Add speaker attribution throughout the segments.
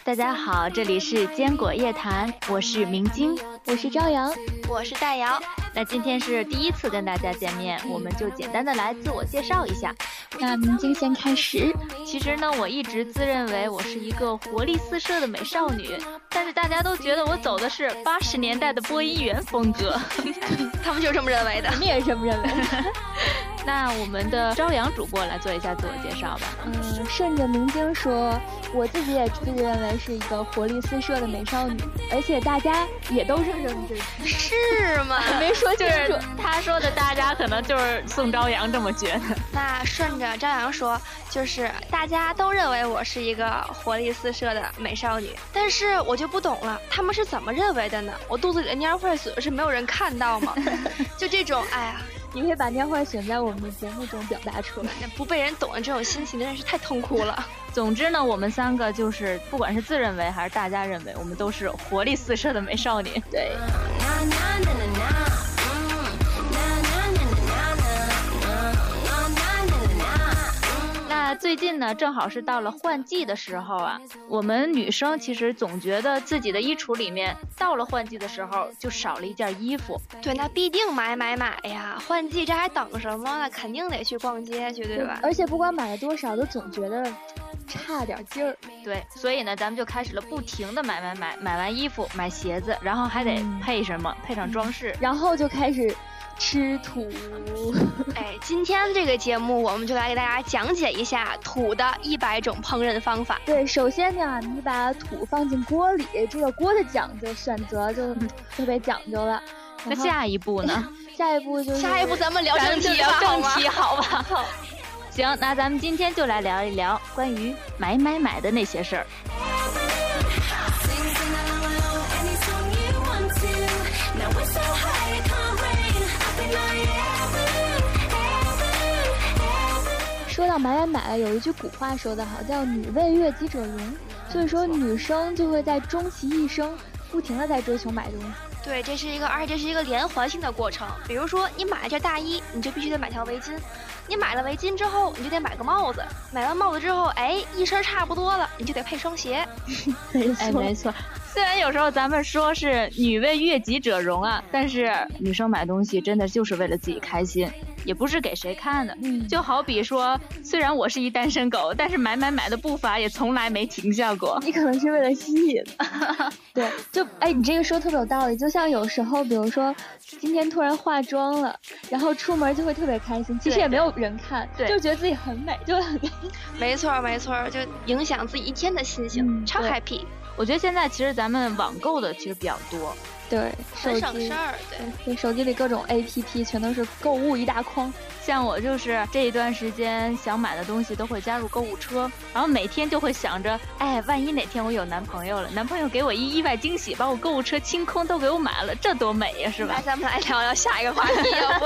Speaker 1: 大家好，这里是坚果夜谈，我是明晶，
Speaker 2: 我是朝阳，
Speaker 3: 我是戴瑶。
Speaker 1: 那今天是第一次跟大家见面，我们就简单的来自我介绍一下。
Speaker 2: 那明晶先开始。
Speaker 1: 其实呢，我一直自认为我是一个活力四射的美少女，但是大家都觉得我走的是80年代的播音员风格。
Speaker 3: 他们就这么认为的，
Speaker 2: 你们也是这么认为。
Speaker 1: 那我们的朝阳主播来做一下自我介绍吧。
Speaker 2: 顺着明晶说，我自己也自认为是一个活力四射的美少女，而且大家也都是这么觉得。
Speaker 3: 是吗？
Speaker 2: 没说清楚，
Speaker 1: 就是他说的大家可能就是宋朝阳这么觉得。
Speaker 3: 那顺着朝阳说，就是大家都认为我是一个活力四射的美少女，但是我就不懂了，他们是怎么认为的呢？我肚子里的蔫坏损是没有人看到吗？就这种，哎呀。
Speaker 2: 你可以把蔫坏损在我们的节目中表达出来，
Speaker 3: 不被人懂的这种心情真的是太痛苦了。
Speaker 1: 总之呢，我们三个就是不管是自认为还是大家认为，我们都是活力四射的美少女。
Speaker 2: 对。
Speaker 1: 那最近呢，正好是到了换季的时候啊，我们女生其实总觉得自己的衣橱里面到了换季的时候就少了一件衣服。
Speaker 3: 对，那必定买呀！换季这还等什么呢？肯定得去逛街去，对吧？
Speaker 2: 而且不管买了多少，都总觉得差点劲儿。
Speaker 1: 对，所以呢，咱们就开始了不停的买完衣服，买鞋子，然后还得配什么？配上装饰，
Speaker 2: 然后就开始吃土。
Speaker 3: 哎，今天这个节目我们就来给大家讲解一下土的100种烹饪方法。
Speaker 2: 对，首先呢，你把土放进锅里，这个锅的讲究选择就特别讲究了。
Speaker 1: 那下一步呢？
Speaker 2: 下一步
Speaker 3: 咱们聊正题
Speaker 1: 好吧？好。行，那咱们今天就来聊一聊关于买的那些事儿。
Speaker 2: 说到买，有一句古话说得好，叫女为悦己者容，所以说女生就会在终其一生不停的在追求买东西。
Speaker 3: 对，而且这是一个连环性的过程。比如说你买了件大衣，你就必须得买条围巾，你买了围巾之后，你就得买个帽子，买完帽子之后，哎，一身差不多了，你就得配双鞋。
Speaker 1: 没错。虽然有时候咱们说是女为悦己者容啊，但是女生买东西真的就是为了自己开心，也不是给谁看的。就好比说，虽然我是一单身狗，但是买的步伐也从来没停下过。
Speaker 2: 你可能是为了吸引。对，你这个说特别有道理。就像有时候，比如说今天突然化妆了，然后出门就会特别开心，其实也没有人看，就觉得自己很美，就很
Speaker 3: 没错，就影响自己一天的心情，超 happy。
Speaker 1: 我觉得现在其实咱们网购的其实比较多，
Speaker 2: 对，
Speaker 3: 很省事儿，
Speaker 2: 对，手机里各种 APP 全都是购物一大筐。
Speaker 1: 像我就是这一段时间想买的东西都会加入购物车，然后每天就会想着，哎，万一哪天我有男朋友了，男朋友给我一意外惊喜，把我购物车清空都给我买了，这多美呀，是吧？
Speaker 3: 来，咱们来聊聊下一个话题，要不？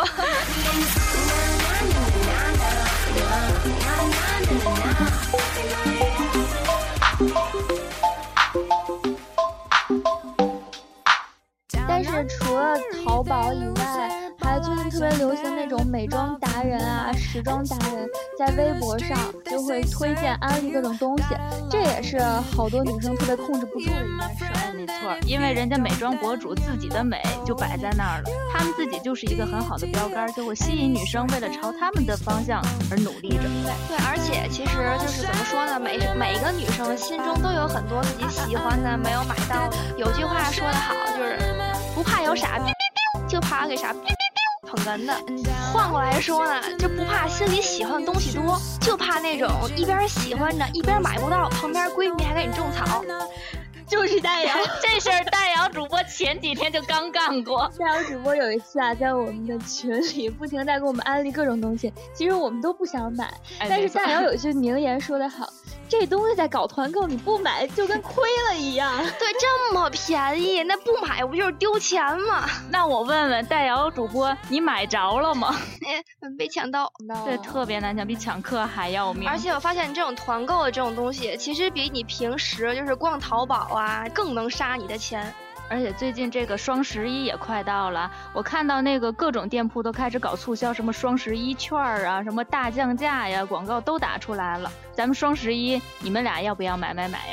Speaker 2: 但是除了淘宝以外，还最近特别流行那种美妆达人啊、时装达人，在微博上就会推荐安利各种东西，这也是好多女生特别控制不住的一件事。
Speaker 1: 没错，因为人家美妆博主自己的美就摆在那儿了，他们自己就是一个很好的标杆，就会吸引女生为了朝他们的方向而努力着。
Speaker 3: 对，而且其实就是怎么说呢，每个女生心中都有很多自己喜欢的没有买到的。有句话说得好，就是不怕有傻就怕给傻捧哏的。换过来说呢，就不怕心里喜欢的东西多，就怕那种一边喜欢着一边买不到，旁边闺蜜还给你种草。
Speaker 2: 就是戴瑶，
Speaker 1: 这事儿戴瑶主播前几天就刚干过。
Speaker 2: 戴瑶主播有一次啊，在我们的群里不停在给我们安利各种东西，其实我们都不想买，但是戴瑶有一句名言说得好，这东西在搞团购，你不买就跟亏了一样。
Speaker 3: 对，这么便宜，那不买不就是丢钱吗？
Speaker 1: 那我问问戴瑶主播，你买着了吗？
Speaker 3: 没抢到。
Speaker 1: 对，特别难抢，比抢课还要命。
Speaker 3: 而且我发现这种团购的这种东西，其实比你平时就是逛淘宝啊，更能杀你的钱。
Speaker 1: 而且最近这个双11也快到了，我看到那个各种店铺都开始搞促销，什么双11券啊，什么大降价呀，广告都打出来了。咱们双11，你们俩要不要买呀？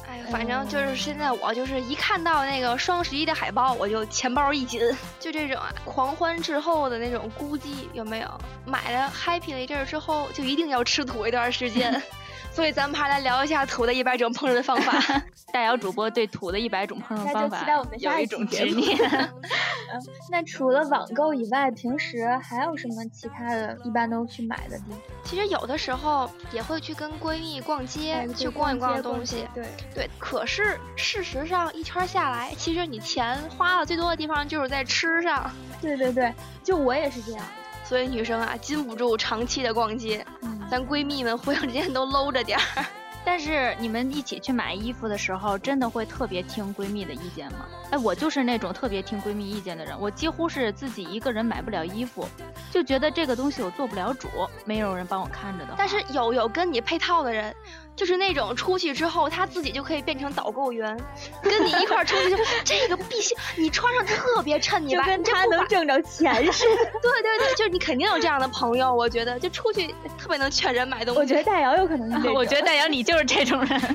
Speaker 3: 哎，反正就是现在我就是一看到那个双11的海报，我就钱包一紧，就这种狂欢之后的那种孤寂，有没有？买了 happy 了一阵儿之后，就一定要吃土一段时间。所以咱们还来聊一下土的100种烹饪的方法。
Speaker 1: 大姚主播对土的100种烹饪方法有一种执念。
Speaker 2: 那除了网购以外，平时还有什么其他的一般都去买的地方？
Speaker 3: 其实有的时候也会去跟闺蜜逛街，去逛一逛东西。对。可是事实上一圈下来，其实你钱花了最多的地方就是在吃上。
Speaker 2: 对，就我也是这样。
Speaker 3: 所以女生啊，禁不住长期的逛街。咱闺蜜们互相之间都搂着点儿。
Speaker 1: 但是你们一起去买衣服的时候，真的会特别听闺蜜的意见吗？哎，我就是那种特别听闺蜜意见的人，我几乎是自己一个人买不了衣服，就觉得这个东西我做不了主，没有人帮我看着的话。
Speaker 3: 但是有跟你配套的人，就是那种出去之后他自己就可以变成导购员，跟你一块儿出去，就这个必须你穿上特别衬你吧，
Speaker 2: 就跟他能挣着钱似的。
Speaker 3: 对，就是你肯定有这样的朋友，我觉得就出去特别能劝人买东西。
Speaker 2: 我觉得大姚有可能是这种。
Speaker 1: 我觉得大姚你就是这种人。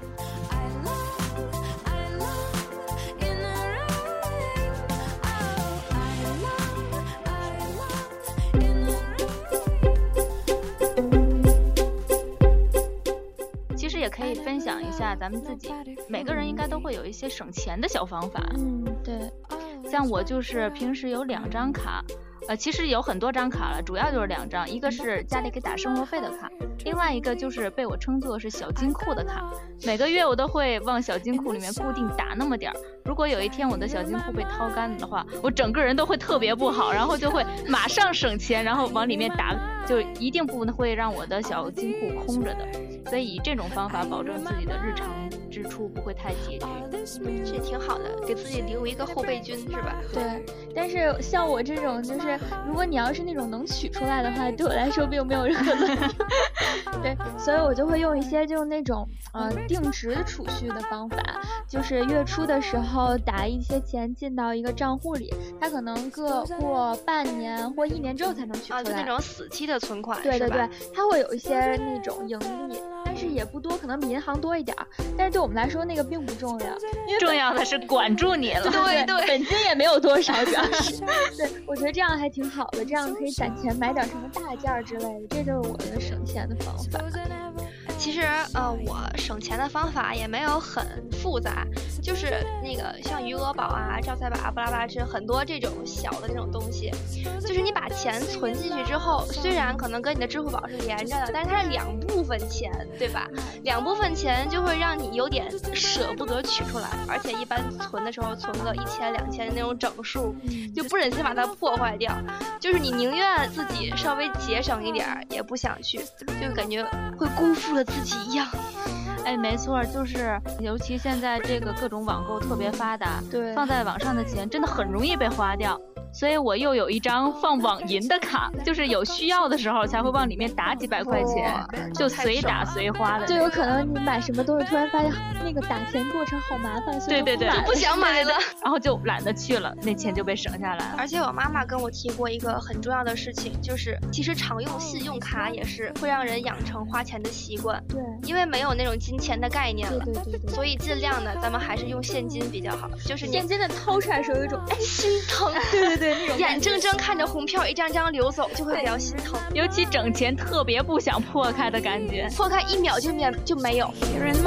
Speaker 1: 其实也可以分享一下咱们自己，每个人应该都会有一些省钱的小方法。
Speaker 2: 对，
Speaker 1: 像我就是平时有2张卡，其实有很多张卡了，主要就是2张，一个是家里给打生活费的卡，另外一个就是被我称作是小金库的卡。每个月我都会往小金库里面固定打那么点儿，如果有一天我的小金库被掏干了的话，我整个人都会特别不好，然后就会马上省钱，然后往里面打，就一定不会让我的小金库空着的。所以以这种方法保证自己的日常支出不会太拮据，
Speaker 3: 这挺好的，给自己留一个后备军是吧？
Speaker 2: 对，但是像我这种就是如果你要是那种能取出来的话，对我来说并没有任何问题。对，所以我就会用一些就是那种定值储蓄的方法，就是月初的时候打一些钱进到一个账户里，它可能过半年或1年之后才能取出来，
Speaker 3: 就那种死期的存款。
Speaker 2: 对，它会有一些那种盈利，但是也不多，可能比银行多一点，但是对我们来说那个并不重要，因为
Speaker 1: 重要的是管住你了。
Speaker 2: 对，本金也没有多少，主要是对，我觉得这样还挺好的，这样可以攒钱买点什么大件之类的，这就是我的省钱的方法。
Speaker 3: 其实我省钱的方法也没有很复杂，就是那个像余额宝啊、招财宝啊、巴拉巴拉，这很多这种小的那种东西，就是你把钱存进去之后，虽然可能跟你的支付宝是连着的，但是它是2部分钱，对吧？2部分钱就会让你有点舍不得取出来，而且一般存的时候存个1000、2000那种整数，就不忍心把它破坏掉，就是你宁愿自己稍微节省一点，也不想去，就感觉会辜负了自己一样。
Speaker 1: 哎，没错，就是尤其现在这个各种网购特别发达，
Speaker 2: 对，
Speaker 1: 放在网上的钱真的很容易被花掉。所以我又有一张放网银的卡，就是有需要的时候才会往里面打几百块钱，就随打随花的。
Speaker 2: 就有可能你买什么东西突然发现那个打钱过程好麻烦，所以
Speaker 1: 对，
Speaker 3: 就不想买了，
Speaker 1: 然后就懒得去了，那钱就被省下来了。
Speaker 3: 而且我妈妈跟我提过一个很重要的事情，就是其实常用信用卡也是会让人养成花钱的习惯。
Speaker 2: 对，
Speaker 3: 因为没有那种金钱的概念了，
Speaker 2: 对，
Speaker 3: 所以尽量的咱们还是用现金比较好。就是
Speaker 2: 现金的掏出来的时候有一种
Speaker 3: 心疼，
Speaker 2: 对，那种
Speaker 3: 眼睁睁看着红票一张张流走，就会比较心疼。
Speaker 1: 尤其整钱特别不想破开的感觉，
Speaker 3: 破开1秒就没有。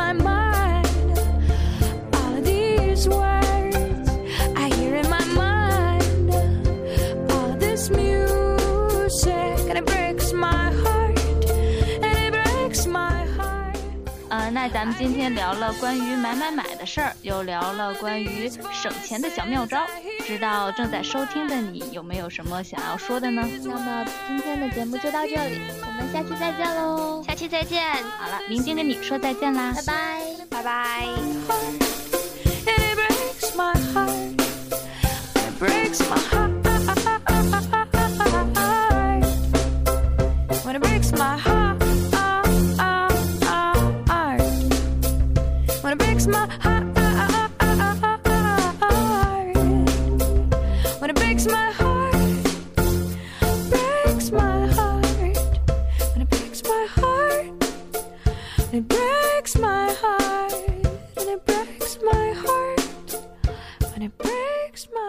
Speaker 1: 那咱们今天聊了关于买的事儿，又聊了关于省钱的小妙招，不知道正在收听的你有没有什么想要说的呢？
Speaker 2: 那么今天的节目就到这里，我们下期再见喽！
Speaker 3: 下期再见。
Speaker 1: 好了，明天跟你说再见啦，
Speaker 2: 拜拜，
Speaker 3: 拜拜。
Speaker 4: It breaks my heart, and it breaks and it breaks my